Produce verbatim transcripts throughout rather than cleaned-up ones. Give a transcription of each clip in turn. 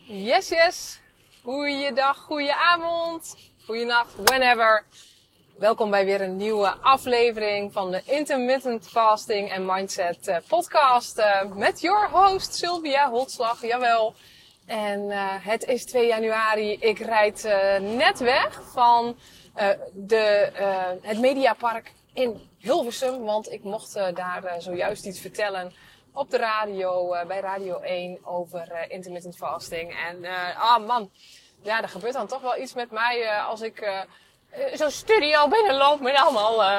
Yes, yes. Goeiedag, goeieavond, goeienacht, whenever. Welkom bij weer een nieuwe aflevering van de Intermittent Fasting and Mindset uh, podcast. Uh, met your host Sylvia Holtslag, jawel. En uh, het is twee januari. Ik rijd uh, net weg van uh, de, uh, het Mediapark in Hilversum. Want ik mocht uh, daar uh, zojuist iets vertellen op de radio, uh, bij Radio één over uh, intermittent fasting. En uh, ah man, ja, er gebeurt dan toch wel iets met mij uh, als ik uh, zo'n studio binnenloop met allemaal uh,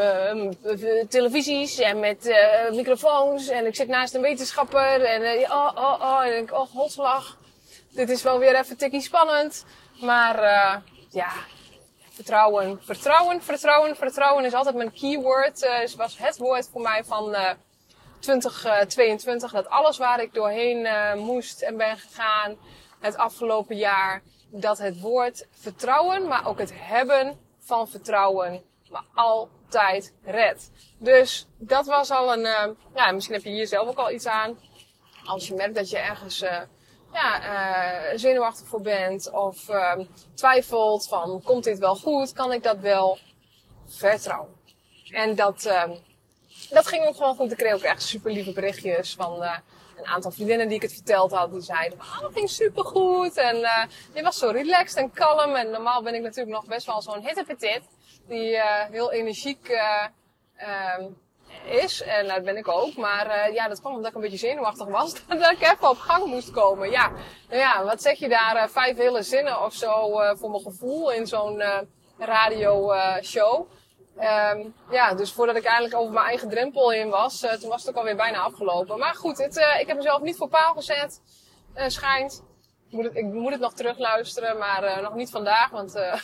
uh, televisies en met uh, microfoons. En ik zit naast een wetenschapper en uh, oh, oh, oh, en ik, oh, Holtslag. Dit is wel weer even tikkie spannend. Maar uh, ja, vertrouwen, vertrouwen, vertrouwen, vertrouwen is altijd mijn keyword. Uh, was het woord voor mij van uh, twintig tweeëntwintig. Dat alles waar ik doorheen uh, moest en ben gegaan het afgelopen jaar, dat het woord vertrouwen, maar ook het hebben van vertrouwen, maar altijd redt. Dus dat was al een, uh, ja, misschien heb je hier zelf ook al iets aan. Als je merkt dat je ergens uh, ja, uh, zenuwachtig voor bent of uh, twijfelt van, komt dit wel goed, kan ik dat wel? Vertrouwen. En dat, uh, dat ging ook gewoon goed. Ik kreeg ook echt super lieve berichtjes van uh, een aantal vriendinnen die ik het verteld had. Die zeiden van, ah, dat ging super goed. En uh, je was zo relaxed en kalm. En normaal ben ik natuurlijk nog best wel zo'n hittepetit. Die uh, heel energiek uh, uh, is. En dat ben ik ook. Maar uh, ja, dat kwam omdat ik een beetje zenuwachtig was. Dat ik even op gang moest komen. Ja, nou ja, wat zeg je daar? Uh, vijf hele zinnen of zo uh, voor mijn gevoel in zo'n uh, radio uh, show. Um, ja, dus voordat ik eigenlijk over mijn eigen drempel heen was, uh, toen was het ook alweer bijna afgelopen. Maar goed, het, uh, ik heb mezelf niet voor paal gezet, uh, schijnt. Ik moet, het, ik moet het nog terugluisteren, maar uh, nog niet vandaag, want uh,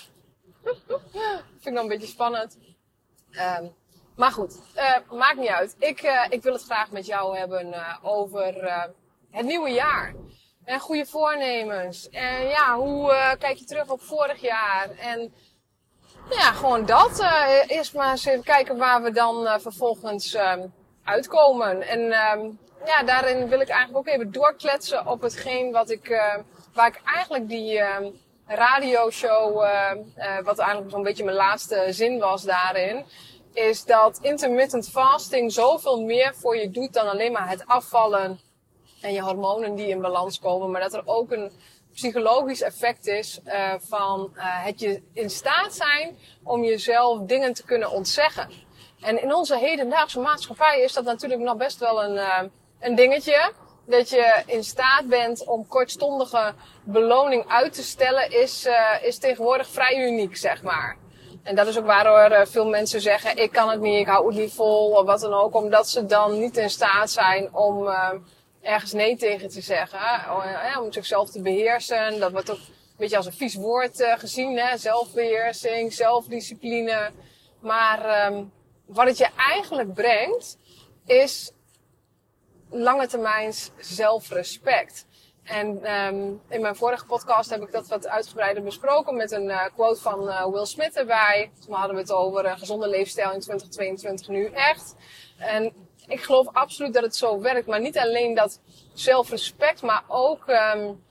vind ik nog een beetje spannend. Um, maar goed, uh, maakt niet uit. Ik, uh, ik wil het graag met jou hebben uh, over uh, het nieuwe jaar. En goede voornemens. En ja, hoe uh, kijk je terug op vorig jaar? En ja, gewoon dat. Uh, eerst maar eens even kijken waar we dan uh, vervolgens uh, uitkomen. En uh, ja, daarin wil ik eigenlijk ook even doorkletsen op hetgeen wat ik, uh, waar ik eigenlijk die uh, radioshow, uh, uh, wat eigenlijk zo'n beetje mijn laatste zin was daarin, is dat intermittent fasting zoveel meer voor je doet dan alleen maar het afvallen en je hormonen die in balans komen. Maar dat er ook een psychologisch effect is uh, van uh, het je in staat zijn om jezelf dingen te kunnen ontzeggen. En in onze hedendaagse maatschappij is dat natuurlijk nog best wel een, uh, een dingetje. Dat je in staat bent om kortstondige beloning uit te stellen is, uh, is tegenwoordig vrij uniek, zeg maar. En dat is ook waardoor uh, veel mensen zeggen, ik kan het niet, ik hou het niet vol, of wat dan ook. Omdat ze dan niet in staat zijn om uh, ergens nee tegen te zeggen. Hè? Om zichzelf te beheersen. Dat wordt ook een beetje als een vies woord uh, gezien. Hè? Zelfbeheersing, zelfdiscipline. Maar um, wat het je eigenlijk brengt, is lange termijns zelfrespect. En um, in mijn vorige podcast heb ik dat wat uitgebreider besproken met een uh, quote van uh, Will Smith erbij. Toen hadden we het over uh, gezonde leefstijl in twintig tweeëntwintig nu echt. En ik geloof absoluut dat het zo werkt. Maar niet alleen dat zelfrespect, maar ook um,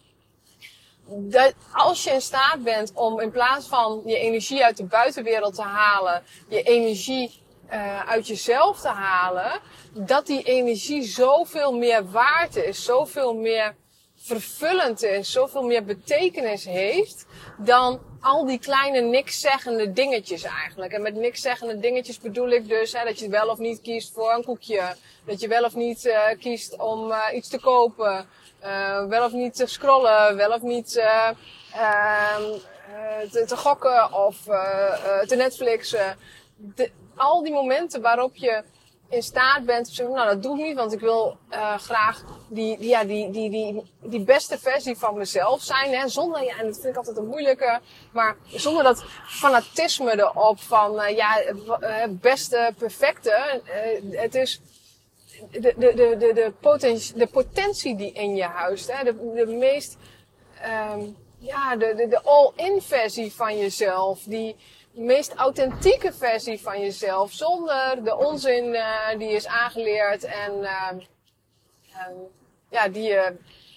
dat als je in staat bent om in plaats van je energie uit de buitenwereld te halen, je energie uh, uit jezelf te halen, dat die energie zoveel meer waard is, zoveel meer vervullend is, zoveel meer betekenis heeft dan al die kleine nikszeggende dingetjes eigenlijk. En met nikszeggende dingetjes bedoel ik dus hè, dat je wel of niet kiest voor een koekje. Dat je wel of niet uh, kiest om uh, iets te kopen. Uh, wel of niet te scrollen. Wel of niet uh, uh, te, te gokken of uh, uh, te Netflixen. De, al die momenten waarop je in staat bent te zeggen, nou dat doe ik niet, want ik wil uh, graag die, die, ja, die, die, die, die beste versie van mezelf zijn. Hè, zonder, ja, en dat vind ik altijd een moeilijke, maar zonder dat fanatisme erop van, uh, ja, het beste, perfecte. Uh, het is de, de, de, de, de, potentie, de potentie die in je huist, hè, de, de meest, um, ja, de, de, de all-in versie van jezelf, die meest authentieke versie van jezelf, zonder de onzin uh, die is aangeleerd en uh, um, ja, die je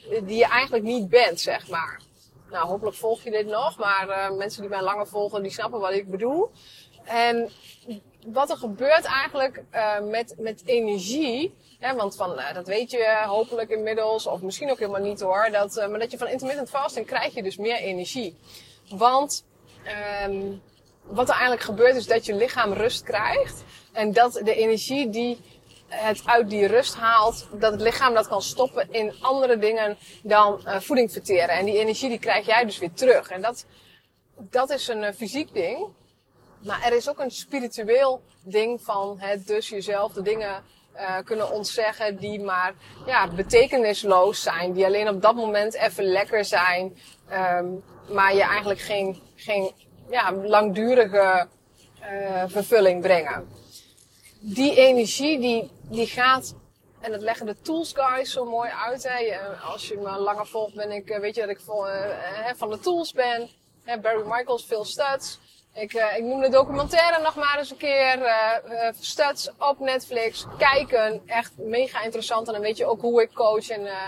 die je eigenlijk niet bent, zeg maar. Nou, hopelijk volg je dit nog, maar uh, mensen die mij langer volgen, die snappen wat ik bedoel. En wat er gebeurt eigenlijk uh, met, met energie, hè, want van, uh, dat weet je hopelijk inmiddels, of misschien ook helemaal niet hoor, dat, uh, maar dat je van intermittent fasting krijg je dus meer energie. Want um, wat er eigenlijk gebeurt is dat je lichaam rust krijgt en dat de energie die het uit die rust haalt, dat het lichaam dat kan stoppen in andere dingen dan uh, voeding verteren. En die energie die krijg jij dus weer terug. En dat, dat is een uh, fysiek ding. Maar er is ook een spiritueel ding van het dus jezelf de dingen uh, kunnen ontzeggen die maar ja, betekenisloos zijn. Die alleen op dat moment even lekker zijn. Um, maar je eigenlijk geen, geen ja, langdurige uh, vervulling brengen. Die energie die, die gaat, en dat leggen de Tools Guys zo mooi uit. Hè. Als je me langer volgt, ben ik, weet je dat ik vol, uh, van de Tools ben. Hè, Barry Michaels, Phil Stutz. Ik, uh, ik noem de documentaire nog maar eens een keer. Uh, uh, Stutz op Netflix. Kijken, echt mega interessant. En dan weet je ook hoe ik coach en uh,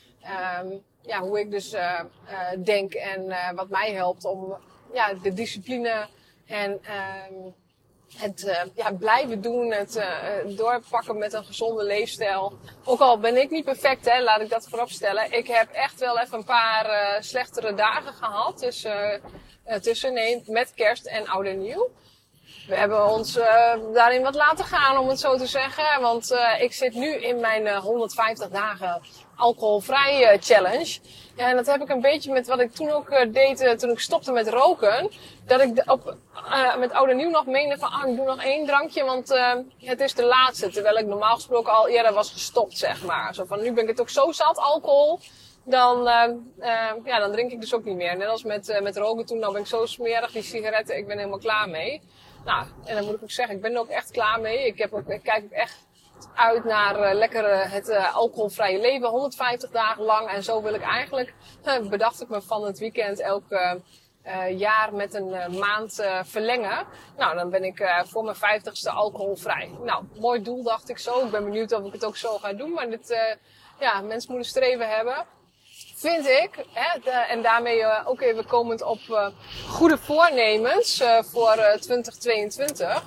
um, ja, hoe ik dus uh, uh, denk en uh, wat mij helpt om ja, de discipline en um, het uh, ja, blijven doen, het uh, doorpakken met een gezonde leefstijl. Ook al ben ik niet perfect, hè, laat ik dat voorop stellen. Ik heb echt wel even een paar uh, slechtere dagen gehad tussen, uh, tussen nee, met kerst en oud en nieuw. We hebben ons uh, daarin wat laten gaan, om het zo te zeggen. Want uh, ik zit nu in mijn uh, honderdvijftig dagen alcoholvrij uh, challenge. Ja, en dat heb ik een beetje met wat ik toen ook uh, deed, uh, toen ik stopte met roken. Dat ik op, uh, met oud en nieuw nog meende van, ah, ik doe nog één drankje, want uh, het is de laatste. Terwijl ik normaal gesproken al eerder was gestopt, zeg maar. Zo van, nu ben ik het ook zo zat, alcohol. Dan, uh, uh, ja, dan drink ik dus ook niet meer. Net als met, uh, met roken toen, nou ben ik zo smerig, die sigaretten, ik ben helemaal klaar mee. Nou, en dan moet ik ook zeggen, ik ben er ook echt klaar mee. Ik, heb ook, ik kijk ook echt uit naar uh, lekker uh, het uh, alcoholvrije leven, honderdvijftig dagen lang. En zo wil ik eigenlijk, uh, bedacht ik me van het weekend elk uh, uh, jaar met een uh, maand uh, verlengen. Nou, dan ben ik uh, voor mijn vijftigste alcoholvrij. Nou, mooi doel dacht ik zo. Ik ben benieuwd of ik het ook zo ga doen. Maar dit, uh, ja, mensen moeten streven hebben. Vind ik, hè, de, en daarmee uh, ook even komend op uh, goede voornemens uh, voor uh, twintig tweeëntwintig.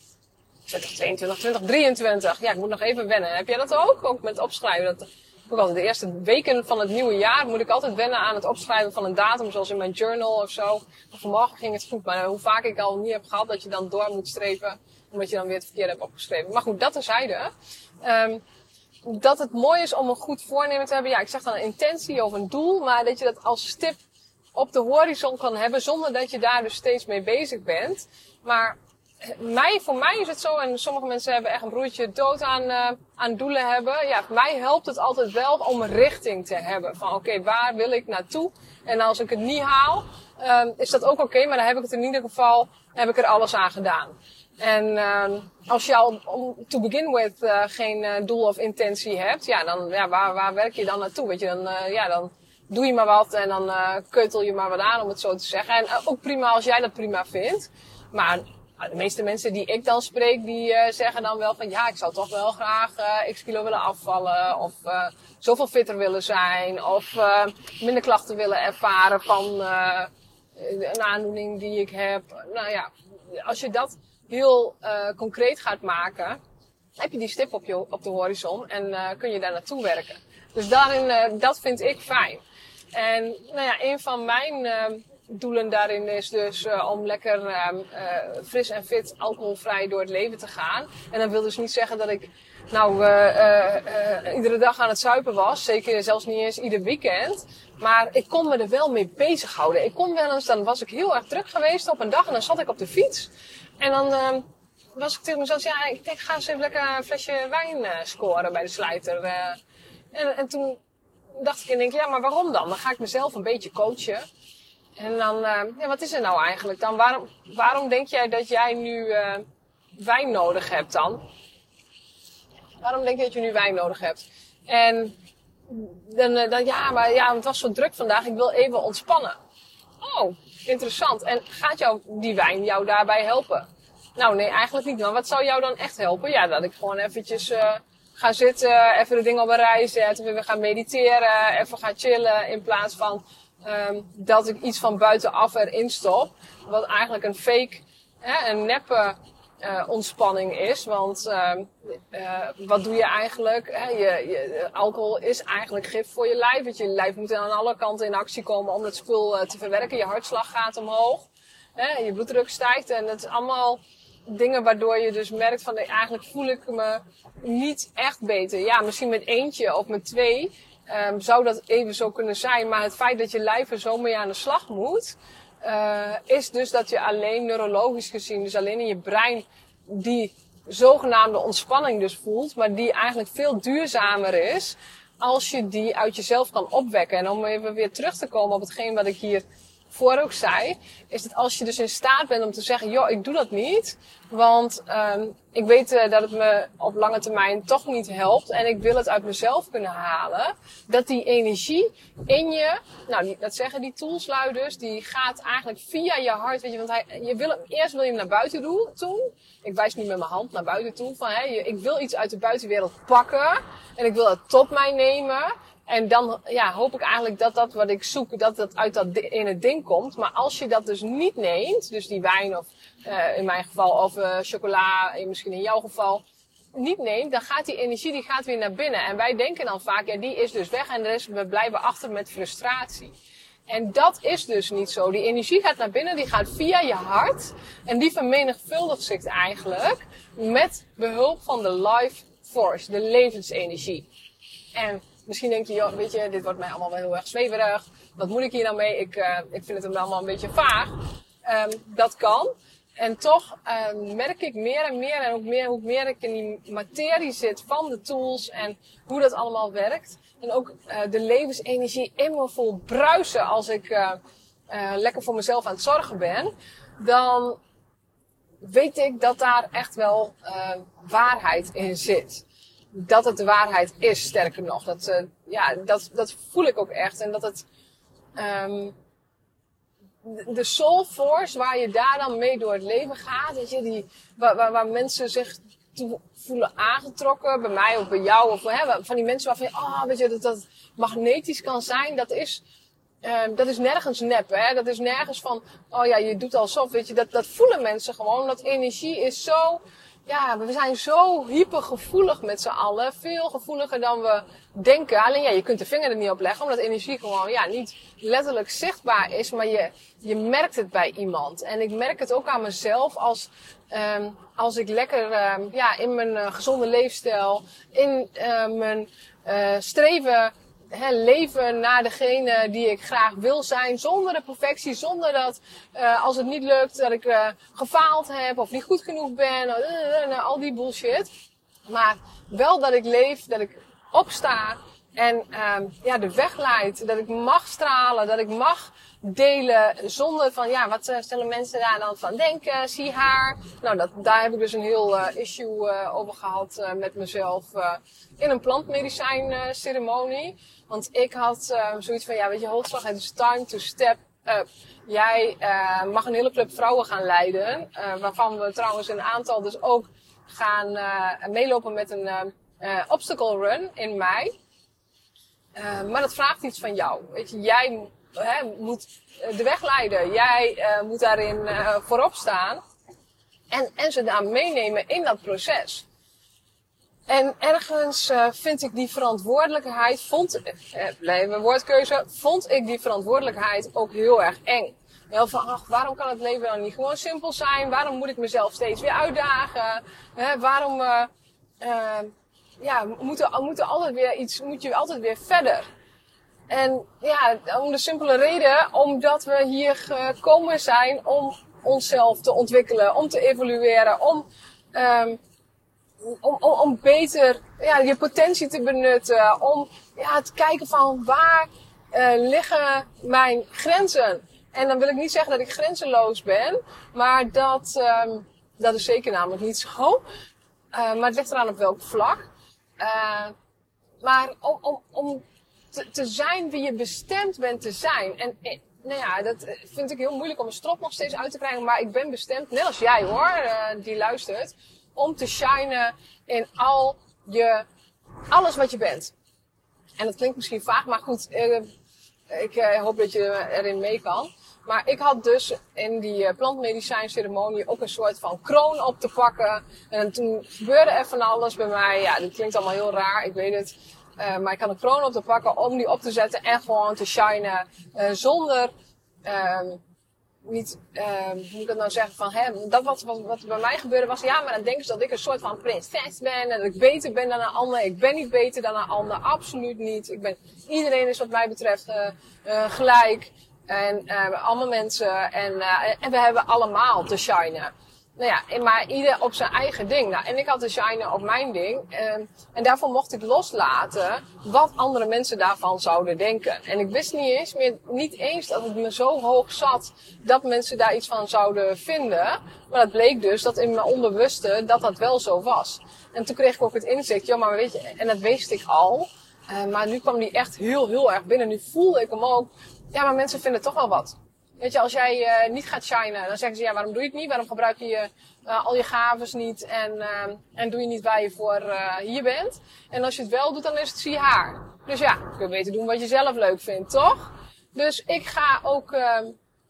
twintig tweeëntwintig, twintig drieëntwintig. Ja, ik moet nog even wennen. Heb jij dat ook? Ook met opschrijven. Dat, ook altijd de eerste weken van het nieuwe jaar moet ik altijd wennen aan het opschrijven van een datum, zoals in mijn journal of zo. Vanmorgen ging het goed, maar hoe vaak ik al niet heb gehad dat je dan door moet strepen, omdat je dan weer het verkeerde hebt opgeschreven. Maar goed, dat terzijde. Um, Dat het mooi is om een goed voornemen te hebben. Ja, ik zeg dan een intentie of een doel. Maar dat je dat als stip op de horizon kan hebben. Zonder dat je daar dus steeds mee bezig bent. Maar mij, voor mij is het zo. En sommige mensen hebben echt een broertje dood aan, uh, aan doelen hebben. Ja, voor mij helpt het altijd wel om een richting te hebben. Van oké, okay, waar wil ik naartoe? En als ik het niet haal, um, is dat ook oké. Okay, maar dan heb ik het in ieder geval, heb ik er alles aan gedaan. En uh, als je al to begin with uh, geen uh, doel of intentie hebt, ja, dan ja, waar, waar werk je dan naartoe? Weet je, dan, uh, ja, dan doe je maar wat en dan uh, keutel je maar wat aan, om het zo te zeggen. En uh, ook prima als jij dat prima vindt. Maar uh, de meeste mensen die ik dan spreek, die uh, zeggen dan wel van ja, ik zou toch wel graag uh, x kilo willen afvallen. Of uh, zoveel fitter willen zijn. Of uh, minder klachten willen ervaren van uh, een aandoening die ik heb. Nou ja, als je dat heel uh, concreet gaat maken, heb je die stip op, je, op de horizon en uh, kun je daar naartoe werken. Dus daarin, uh, dat vind ik fijn. En nou ja, een van mijn uh, doelen daarin is dus uh, om lekker uh, uh, fris en fit, alcoholvrij door het leven te gaan. En dat wil dus niet zeggen dat ik nou uh, uh, uh, iedere dag aan het zuipen was. Zeker zelfs niet eens ieder weekend. Maar ik kon me er wel mee bezighouden. Ik kon wel eens, dan was ik heel erg druk geweest op een dag en dan zat ik op de fiets. En dan uh, was ik tegen mezelf, ja, ik denk, ga eens even lekker een flesje wijn uh, scoren bij de slijter. Uh, en, en toen dacht ik en denk, ja, maar waarom dan? Dan ga ik mezelf een beetje coachen. En dan, uh, ja, wat is er nou eigenlijk dan? Waarom, waarom denk jij dat jij nu uh, wijn nodig hebt dan? Waarom denk je dat je nu wijn nodig hebt? En dan, uh, dan ja, maar ja, het was zo druk vandaag, ik wil even ontspannen. Oh, interessant. En gaat jou die wijn jou daarbij helpen? Nou, nee, eigenlijk niet. Maar wat zou jou dan echt helpen? Ja, dat ik gewoon eventjes uh, ga zitten, even de dingen op een rij zetten, even gaan mediteren, even gaan chillen. In plaats van um, dat ik iets van buitenaf erin stop. Wat eigenlijk een fake, hè, een neppe uh, ontspanning is. Want uh, uh, wat doe je eigenlijk? Hè? Je, je, alcohol is eigenlijk gif voor je lijf. Want je lijf moet aan alle kanten in actie komen om dat spul uh, te verwerken. Je hartslag gaat omhoog. Hè? Je bloeddruk stijgt. En het is allemaal dingen waardoor je dus merkt van eigenlijk voel ik me niet echt beter. Ja, misschien met eentje of met twee um, zou dat even zo kunnen zijn. Maar het feit dat je lijf er zo mee aan de slag moet, uh, is dus dat je alleen neurologisch gezien, dus alleen in je brein, die zogenaamde ontspanning dus voelt, maar die eigenlijk veel duurzamer is als je die uit jezelf kan opwekken. En om even weer terug te komen op hetgeen wat ik hier voor ook zei, is dat als je dus in staat bent om te zeggen, joh, ik doe dat niet, want um, ik weet uh, dat het me op lange termijn toch niet helpt en ik wil het uit mezelf kunnen halen, dat die energie in je, nou, die, dat zeggen die toolslui dus, die gaat eigenlijk via je hart, weet je, want hij, je wil hem, eerst wil je hem naar buiten doen, toe. Ik wijs nu met mijn hand naar buiten toe, van, hè, ik wil iets uit de buitenwereld pakken en ik wil het tot mij nemen. En dan ja, hoop ik eigenlijk dat dat wat ik zoek, dat dat uit dat in het ding komt. Maar als je dat dus niet neemt, dus die wijn of uh, in mijn geval of uh, chocola, misschien in jouw geval, niet neemt, dan gaat die energie die gaat weer naar binnen. En wij denken dan vaak, ja, die is dus weg en de rest, we blijven achter met frustratie. En dat is dus niet zo. Die energie gaat naar binnen, die gaat via je hart. En die vermenigvuldigt zich eigenlijk met behulp van de life force, de levensenergie. En misschien denk je, joh, weet je, dit wordt mij allemaal wel heel erg zweverig. Wat moet ik hier nou mee? Ik, uh, ik vind het allemaal een beetje vaag. Um, dat kan. En toch uh, merk ik meer en meer en ook meer hoe meer ik in die materie zit van de tools en hoe dat allemaal werkt. En ook uh, de levensenergie in me voel bruisen als ik uh, uh, lekker voor mezelf aan het zorgen ben. Dan weet ik dat daar echt wel uh, waarheid in zit. Dat het de waarheid is, sterker nog. Dat, uh, ja, dat, dat voel ik ook echt. En dat het um, de soul force waar je daar dan mee door het leven gaat, weet je, die, waar, waar, waar mensen zich toe voelen aangetrokken, bij mij of bij jou, of hè, van die mensen waarvan je, oh, weet je, dat dat magnetisch kan zijn, dat is, uh, dat is nergens nep, hè. Dat is nergens van, oh ja, je doet alsof, weet je, dat, dat voelen mensen gewoon. Dat energie is zo, ja, we zijn zo hypergevoelig met z'n allen. Veel gevoeliger dan we denken. Alleen ja, je kunt de vinger er niet op leggen. Omdat energie gewoon ja, niet letterlijk zichtbaar is. Maar je, je merkt het bij iemand. En ik merk het ook aan mezelf als, um, als ik lekker um, ja, in mijn uh, gezonde leefstijl. In uh, mijn uh, streven He, leven naar degene die ik graag wil zijn, zonder de perfectie, zonder dat uh, als het niet lukt, dat ik uh, gefaald heb of niet goed genoeg ben, uh, uh, uh, al die bullshit. Maar wel dat ik leef, dat ik opsta en uh, ja, de weg leid, dat ik mag stralen, dat ik mag delen zonder van, ja, wat stellen mensen daar dan van denken, zie haar. Nou, dat, daar heb ik dus een heel uh, issue uh, over gehad uh, met mezelf uh, in een plantmedicijn uh, ceremonie. Want ik had uh, zoiets van, ja, weet je, Hoogslag, het is time to step up. Jij uh, mag een hele club vrouwen gaan leiden, uh, waarvan we trouwens een aantal dus ook gaan uh, meelopen met een uh, uh, obstacle run in mei. Uh, maar dat vraagt iets van jou. Weet je, jij He, moet de weg leiden. Jij uh, moet daarin uh, voorop staan. En, en ze daar meenemen in dat proces. En ergens uh, vind ik die verantwoordelijkheid, vond, uh, blijven woordkeuze, vond ik die verantwoordelijkheid ook heel erg eng. Heel van, ach, waarom kan het leven dan niet gewoon simpel zijn? Waarom moet ik mezelf steeds weer uitdagen? He, waarom, uh, uh, ja, moet er, moet er altijd weer iets, moet je altijd weer verder? En ja, om de simpele reden, omdat we hier gekomen zijn om onszelf te ontwikkelen, om te evolueren, om, um, om, om, om beter ja, je potentie te benutten, om ja, te kijken van waar uh, liggen mijn grenzen. En dan wil ik niet zeggen dat ik grenzeloos ben, maar dat, um, dat is zeker namelijk niet zo. Uh, maar het ligt eraan op welk vlak. Uh, maar om, om, om Te, te zijn wie je bestemd bent te zijn. En eh, nou ja, dat vind ik heel moeilijk om een strop nog steeds uit te krijgen. Maar ik ben bestemd, net als jij hoor, uh, die luistert, om te shinen in al je alles wat je bent. En dat klinkt misschien vaag, maar goed, uh, ik uh, hoop dat je erin mee kan. Maar ik had dus in die uh, plantmedicijnceremonie ook een soort van kroon op te pakken. En toen gebeurde er van alles bij mij. Ja, dit klinkt allemaal heel raar, ik weet het. Uh, maar ik had een kroon op te pakken om die op te zetten en gewoon te shinen. Uh, zonder, uh, niet, uh, hoe moet ik dat nou zeggen, van hè, dat wat, wat, wat bij mij gebeurde was, ja, maar dan denken ze dat ik een soort van prinses ben. En dat ik beter ben dan een ander. Ik ben niet beter dan een ander, absoluut niet. Ik ben, iedereen is wat mij betreft uh, uh, gelijk. En uh, allemaal mensen. En, uh, en we hebben allemaal te shinen. Nou ja, maar ieder op zijn eigen ding. Nou, en ik had te shinen op mijn ding. En, en daarvoor mocht ik loslaten wat andere mensen daarvan zouden denken. En ik wist niet eens meer, niet eens dat het me zo hoog zat dat mensen daar iets van zouden vinden. Maar het bleek dus dat in mijn onbewuste dat dat wel zo was. En toen kreeg ik ook het inzicht, ja, maar weet je, en dat wist ik al. Uh, maar nu kwam die echt heel, heel erg binnen. Nu voelde ik hem ook. Ja, maar mensen vinden toch wel wat. Weet je, als jij uh, niet gaat shinen, dan zeggen ze, ja, waarom doe je het niet? Waarom gebruik je uh, al je gaves niet? En, uh, en doe je niet waar je voor uh, hier bent? En als je het wel doet, dan is het zie haar. Dus ja, kun je beter doen wat je zelf leuk vindt, toch? Dus ik ga ook uh,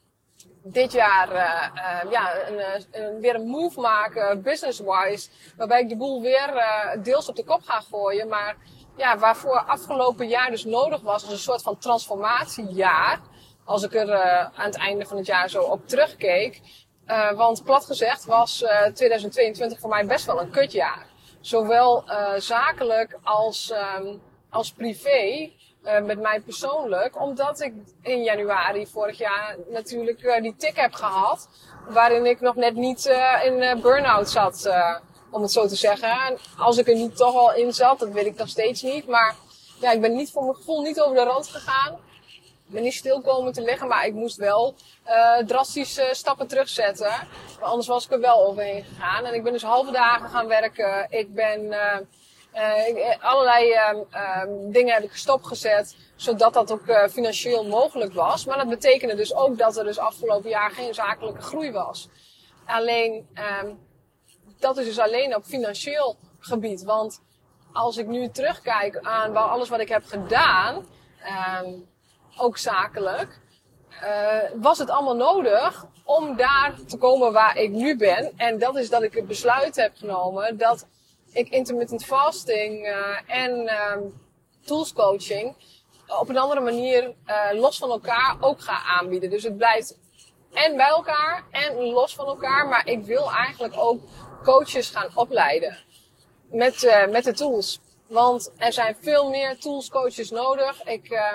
dit jaar uh, uh, ja, een, een, weer een move maken, business-wise. Waarbij ik de boel weer uh, deels op de kop ga gooien. Maar ja, waarvoor afgelopen jaar dus nodig was als een soort van transformatiejaar. Als ik er uh, aan het einde van het jaar zo op terugkeek. Uh, want plat gezegd was uh, tweeduizend tweeëntwintig voor mij best wel een kutjaar. Zowel uh, zakelijk als, um, als privé. Uh, met mij persoonlijk. Omdat ik in januari vorig jaar natuurlijk uh, die tik heb gehad. Waarin ik nog net niet uh, in uh, burn-out zat. Uh, om het zo te zeggen. En als ik er niet toch al in zat, dat weet ik nog steeds niet. Maar ja, ik ben niet voor mijn gevoel niet over de rand gegaan. Ik ben niet stil komen te liggen, maar ik moest wel uh, drastische stappen terugzetten. Anders was ik er wel overheen gegaan. En ik ben dus halve dagen gaan werken. Ik ben uh, uh, ik, allerlei uh, uh, dingen heb ik stopgezet, zodat dat ook uh, financieel mogelijk was. Maar dat betekende dus ook dat er dus afgelopen jaar geen zakelijke groei was. Alleen, uh, dat is dus alleen op financieel gebied. Want als ik nu terugkijk aan alles wat ik heb gedaan, uh, ook zakelijk, uh, was het allemaal nodig om daar te komen waar ik nu ben. En dat is dat ik het besluit heb genomen dat ik intermittent fasting uh, en uh, tools coaching op een andere manier uh, los van elkaar ook ga aanbieden. Dus het blijft en bij elkaar en los van elkaar. Maar ik wil eigenlijk ook coaches gaan opleiden met, uh, met de tools. Want er zijn veel meer tools coaches nodig. Ik uh,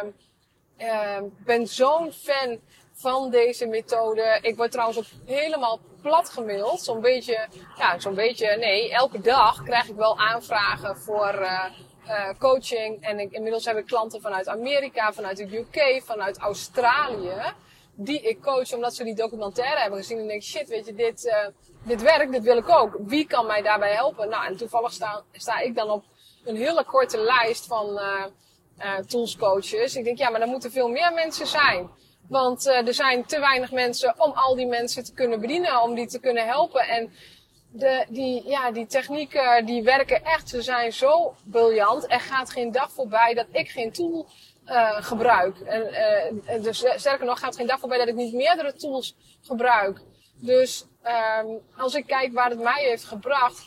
uh, ben zo'n fan van deze methode. Ik word trouwens ook helemaal plat gemaild. Zo'n beetje, ja, zo'n beetje, nee, elke dag krijg ik wel aanvragen voor uh, uh, coaching. En ik, inmiddels heb ik klanten vanuit Amerika, vanuit de U K, vanuit Australië, die ik coach omdat ze die documentaire hebben gezien. En denk ik, shit, weet je, dit, uh, dit werkt, dit wil ik ook. Wie kan mij daarbij helpen? Nou, en toevallig sta, sta ik dan op een hele korte lijst van uh, uh, tools coaches. Ik denk, ja, maar er moeten veel meer mensen zijn. Want uh, er zijn te weinig mensen om al die mensen te kunnen bedienen, om die te kunnen helpen. En de, die, ja, die technieken, die werken echt, ze zijn zo briljant. Er gaat geen dag voorbij dat ik geen tool uh, gebruik. En, uh, dus sterker nog, gaat geen dag voorbij dat ik niet meerdere tools gebruik. Dus um, als ik kijk waar het mij heeft gebracht,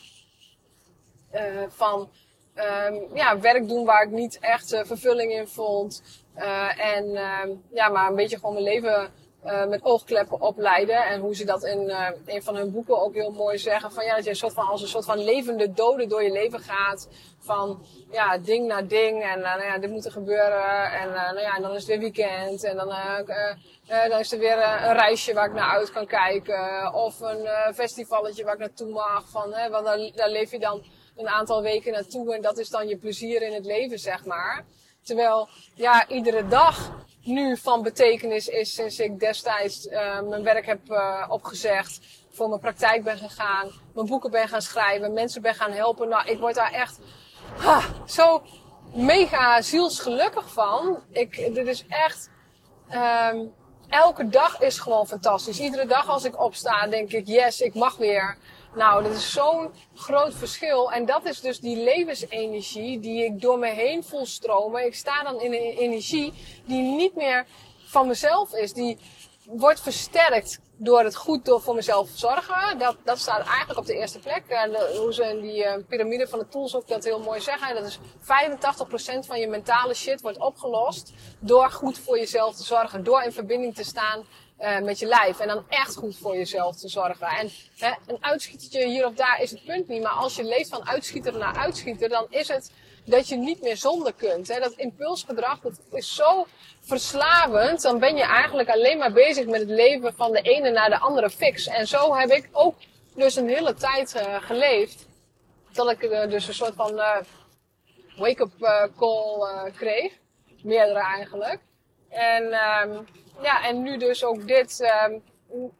uh, van um, ja, werk doen waar ik niet echt uh, vervulling in vond. Uh, en uh, ja, maar een beetje gewoon mijn leven uh, met oogkleppen opleiden. En hoe ze dat in uh, een van hun boeken ook heel mooi zeggen. Van ja, dat je een soort van, als een soort van levende dode door je leven gaat. Van ja, ding naar ding. En uh, nou ja, dit moet er gebeuren. En, uh, nou ja, en dan is het weer weekend. En dan, uh, uh, uh, dan is er weer uh, een reisje waar ik naar uit kan kijken. Of een uh, festivalletje waar ik naartoe mag. Van, hè, want daar, daar leef je dan een aantal weken naartoe. En dat is dan je plezier in het leven, zeg maar. Terwijl, ja, iedere dag nu van betekenis is sinds ik destijds uh, mijn werk heb uh, opgezegd, voor mijn praktijk ben gegaan, mijn boeken ben gaan schrijven, mensen ben gaan helpen. Nou, ik word daar echt ha, zo mega zielsgelukkig van. Ik, dit is echt, um, elke dag is gewoon fantastisch. Iedere dag als ik opsta, denk ik, yes, ik mag weer Nou, dat is zo'n groot verschil. En dat is dus die levensenergie die ik door me heen voel stromen. Ik sta dan in een energie die niet meer van mezelf is. Die wordt versterkt door het goed door voor mezelf zorgen. Dat, dat staat eigenlijk op de eerste plek. En de, hoe ze in die uh, piramide van de tools ook dat heel mooi zeggen. Dat is vijfentachtig procent van je mentale shit wordt opgelost door goed voor jezelf te zorgen. Door in verbinding te staan uh, met je lijf. En dan echt goed voor jezelf te zorgen. En hè, een uitschietertje hier of daar is het punt niet. Maar als je leeft van uitschieter naar uitschieter, dan is het dat je niet meer zonder kunt. Hè. Dat impulsgedrag, dat is zo verslavend. Dan ben je eigenlijk alleen maar bezig met het leven van de ene naar de andere fix. En zo heb ik ook dus een hele tijd uh, geleefd. Dat ik uh, dus een soort van uh, wake-up uh, call uh, kreeg. Meerdere eigenlijk. En, um, ja, en nu dus ook dit. Um, um,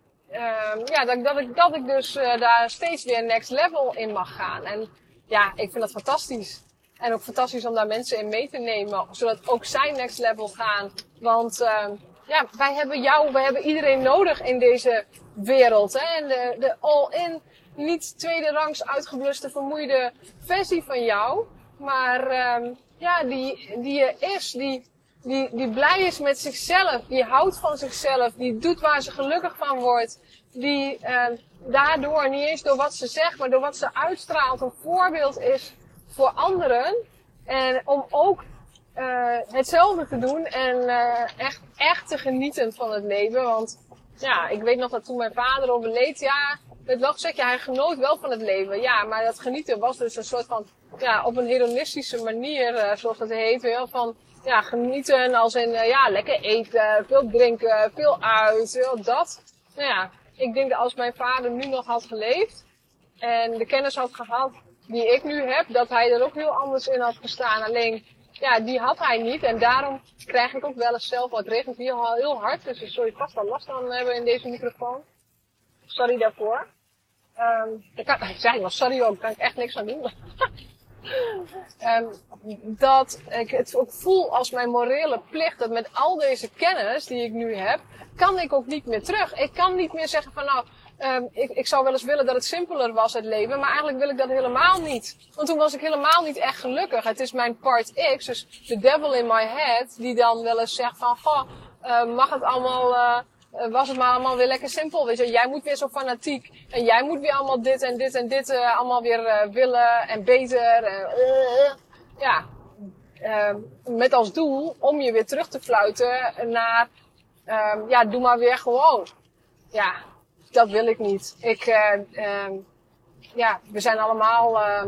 ja, dat, dat, ik, dat ik dus uh, daar steeds weer next level in mag gaan. En ja, ik vind dat fantastisch. En ook fantastisch om daar mensen in mee te nemen. Zodat ook zij next level gaan. Want uh, ja, wij hebben jou, wij hebben iedereen nodig in deze wereld. Hè? En de, de all-in, niet tweede rangs uitgebluste, vermoeide versie van jou. Maar uh, ja, die, die je is, die, die, die blij is met zichzelf. Die houdt van zichzelf. Die doet waar ze gelukkig van wordt. Die uh, daardoor, niet eens door wat ze zegt, maar door wat ze uitstraalt, een voorbeeld is voor anderen. En om ook uh, hetzelfde te doen en uh, echt, echt te genieten van het leven. Want ja, ik weet nog dat toen mijn vader overleed, ja, werd wel gezegd, ja, hij genoot wel van het leven. Ja, maar dat genieten was dus een soort van, ja, op een hedonistische manier, uh, zoals dat heet, wel van, ja, genieten als in, uh, ja, lekker eten, veel drinken, veel uit, veel dat. Nou ja, ik denk dat als mijn vader nu nog had geleefd en de kennis had gehad die ik nu heb, dat hij er ook heel anders in had gestaan. Alleen, ja, die had hij niet. En daarom krijg ik ook wel eens zelf wat regent hier al heel hard. Dus ik zul je vast wel last aan hebben in deze microfoon. Sorry daarvoor. Um, ik kan, ik zeg wel sorry ook, daar kan ik echt niks aan doen. um, dat ik het ook voel als mijn morele plicht, dat met al deze kennis die ik nu heb, kan ik ook niet meer terug. Ik kan niet meer zeggen van nou, Um, ik, ik zou wel eens willen dat het simpeler was, het leven. Maar eigenlijk wil ik dat helemaal niet. Want toen was ik helemaal niet echt gelukkig. Het is mijn part X, dus de devil in my head, die dan wel eens zegt van, goh, uh, mag het allemaal, uh, was het maar allemaal weer lekker simpel. Weet je, jij moet weer zo fanatiek. En jij moet weer allemaal dit en dit en dit uh, allemaal weer uh, willen en beter. En, uh, ja, uh, met als doel om je weer terug te fluiten naar, uh, ja, doe maar weer gewoon. Ja. Dat wil ik niet. Ik, uh, uh, ja, we zijn allemaal uh,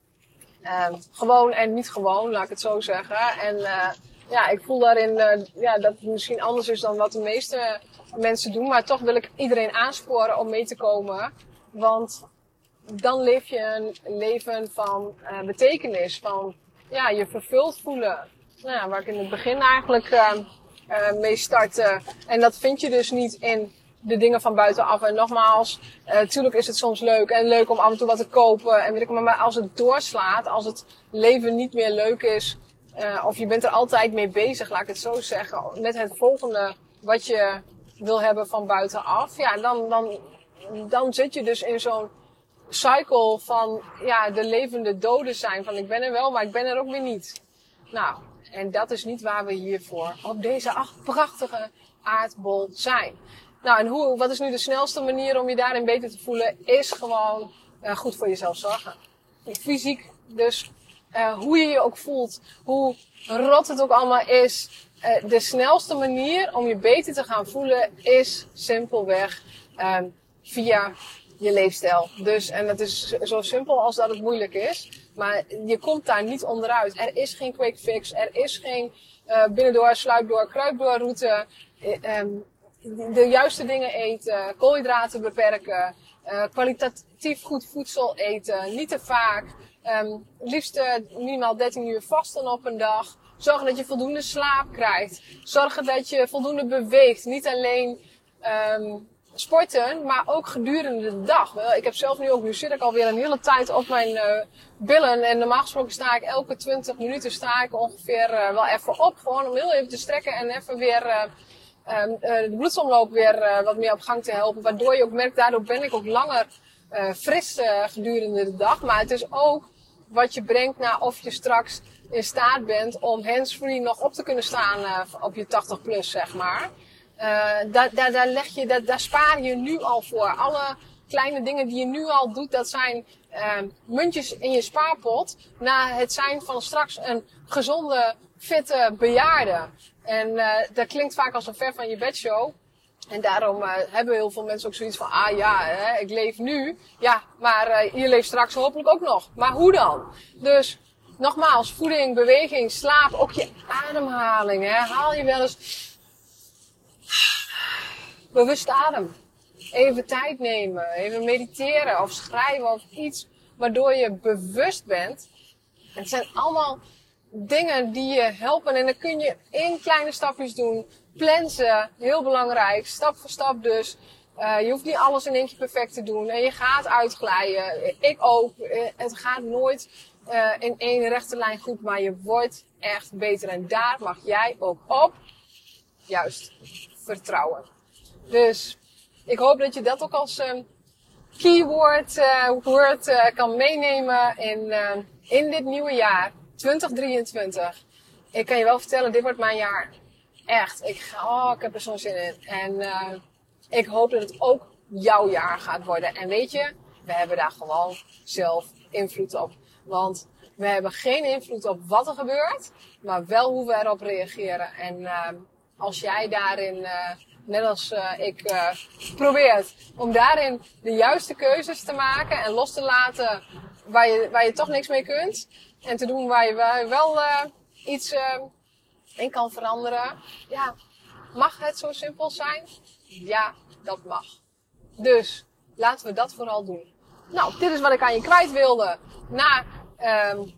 uh, gewoon en niet gewoon, laat ik het zo zeggen. En uh, ja, ik voel daarin uh, ja, dat het misschien anders is dan wat de meeste mensen doen. Maar toch wil ik iedereen aansporen om mee te komen. Want dan leef je een leven van uh, betekenis. Van ja, je vervuld voelen. Nou ja, waar ik in het begin eigenlijk uh, uh, mee startte. En dat vind je dus niet in de dingen van buitenaf. En nogmaals, uh, tuurlijk is het soms leuk en leuk om af en toe wat te kopen en weet ik maar, maar als het doorslaat, als het leven niet meer leuk is, uh, of je bent er altijd mee bezig, laat ik het zo zeggen, met het volgende wat je wil hebben van buitenaf, ja, dan, dan, dan zit je dus in zo'n cycle van, ja, de levende doden zijn, van ik ben er wel, maar ik ben er ook weer niet. Nou, en dat is niet waar we hiervoor op deze ach, prachtige aardbol zijn. Nou, en hoe, wat is nu de snelste manier om je daarin beter te voelen? Is gewoon uh, goed voor jezelf zorgen. Fysiek, dus uh, hoe je je ook voelt, hoe rot het ook allemaal is. Uh, de snelste manier om je beter te gaan voelen is simpelweg uh, via je leefstijl. Dus, en het is zo simpel als dat het moeilijk is. Maar je komt daar niet onderuit. Er is geen quick fix. Er is geen uh, binnendoor, sluipdoor, kruipdoor route. Uh, um, de juiste dingen eten, koolhydraten beperken, uh, kwalitatief goed voedsel eten, niet te vaak, um, liefst uh, minimaal dertien uur vasten op een dag, zorgen dat je voldoende slaap krijgt, zorgen dat je voldoende beweegt, niet alleen um, sporten, maar ook gedurende de dag. Ik heb zelf nu ook, nu zit ik alweer een hele tijd op mijn uh, billen en normaal gesproken sta ik elke twintig minuten sta ik ongeveer uh, wel even op, gewoon om heel even te strekken en even weer uh, Um, uh, de bloedsomloop weer uh, wat meer op gang te helpen. Waardoor je ook merkt, daardoor ben ik ook langer uh, fris uh, gedurende de dag. Maar het is ook wat je brengt naar of je straks in staat bent om handsfree nog op te kunnen staan uh, op je tachtig plus, zeg maar. Uh, daar, daar, daar, leg je, daar, daar spaar je nu al voor. Alle kleine dingen die je nu al doet, dat zijn uh, muntjes in je spaarpot. Na het zijn van straks een gezonde, fitte bejaarde. En uh, dat klinkt vaak als een ver van je bedshow. En daarom uh, hebben heel veel mensen ook zoiets van, ah ja, hè, ik leef nu. Ja, maar uh, je leeft straks hopelijk ook nog. Maar hoe dan? Dus nogmaals, voeding, beweging, slaap, ook je ademhaling. Hè. Haal je wel eens bewust adem. Even tijd nemen, even mediteren of schrijven of iets waardoor je bewust bent. Het zijn allemaal dingen die je helpen en dan kun je in kleine stapjes doen. Plan ze, heel belangrijk, stap voor stap dus. Uh, je hoeft niet alles in één keer perfect te doen en je gaat uitglijden. Ik ook. Het gaat nooit uh, in één rechte lijn goed, maar je wordt echt beter en daar mag jij ook op juist vertrouwen. Dus ik hoop dat je dat ook als uh, keyword uh, woord, uh, kan meenemen in, uh, in dit nieuwe jaar twintig drieëntwintig. Ik kan je wel vertellen, dit wordt mijn jaar. Echt. Ik, oh, ik heb er zo'n zin in. En uh, ik hoop dat het ook jouw jaar gaat worden. En weet je, we hebben daar gewoon zelf invloed op. Want we hebben geen invloed op wat er gebeurt, maar wel hoe we erop reageren. En uh, als jij daarin, uh, net als uh, ik, uh, probeert om daarin de juiste keuzes te maken en los te laten waar je, waar je toch niks mee kunt. En te doen waar je, waar je wel uh, iets uh, in kan veranderen. Ja, mag het zo simpel zijn? Ja, dat mag. Dus laten we dat vooral doen. Nou, dit is wat ik aan je kwijt wilde. Na um,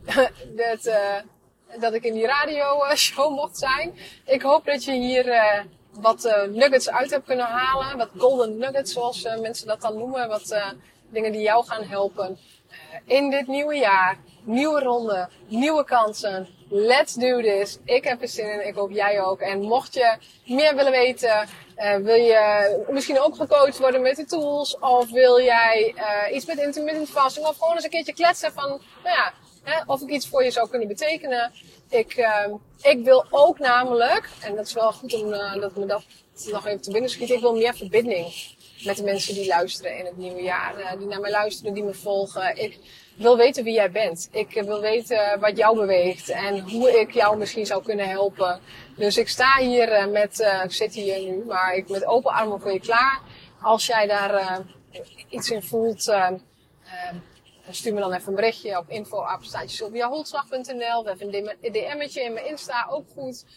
dat, uh, dat ik in die radio-show mocht zijn. Ik hoop dat je hier uh, wat uh, nuggets uit hebt kunnen halen. Wat golden nuggets, zoals uh, mensen dat dan noemen. Wat uh, dingen die jou gaan helpen. Uh, in dit nieuwe jaar. Nieuwe ronde. Nieuwe kansen. Let's do this. Ik heb er zin in. Ik hoop jij ook. En mocht je meer willen weten. Uh, wil je misschien ook gecoacht worden met de tools? Of wil jij uh, iets met intermittent fasting? Of gewoon eens een keertje kletsen van, nou ja, hè, of ik iets voor je zou kunnen betekenen. Ik, uh, ik wil ook namelijk, en dat is wel goed om uh, dat me dat nog even te binnen schiet. Ik wil meer verbinding met de mensen die luisteren in het nieuwe jaar. Uh, die naar mij luisteren, die me volgen. Ik wil weten wie jij bent. Ik uh, wil weten wat jou beweegt. En hoe ik jou misschien zou kunnen helpen. Dus ik sta hier uh, met, uh, ik zit hier nu, maar ik met open armen voor je klaar. Als jij daar uh, iets in voelt, uh, uh, stuur me dan even een berichtje op info apenstaartje sylvia holtslag punt n l. Even een D M'tje in mijn Insta, ook goed.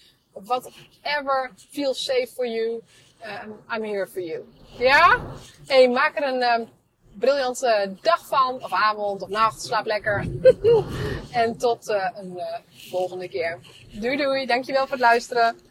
Whatever feels safe for you. Um, I'm here for you. Ja? Hey, maak er een uh, briljante dag van. Of avond, of nacht. Slaap lekker. En tot uh, een uh, volgende keer. Doei doei. Dankjewel voor het luisteren.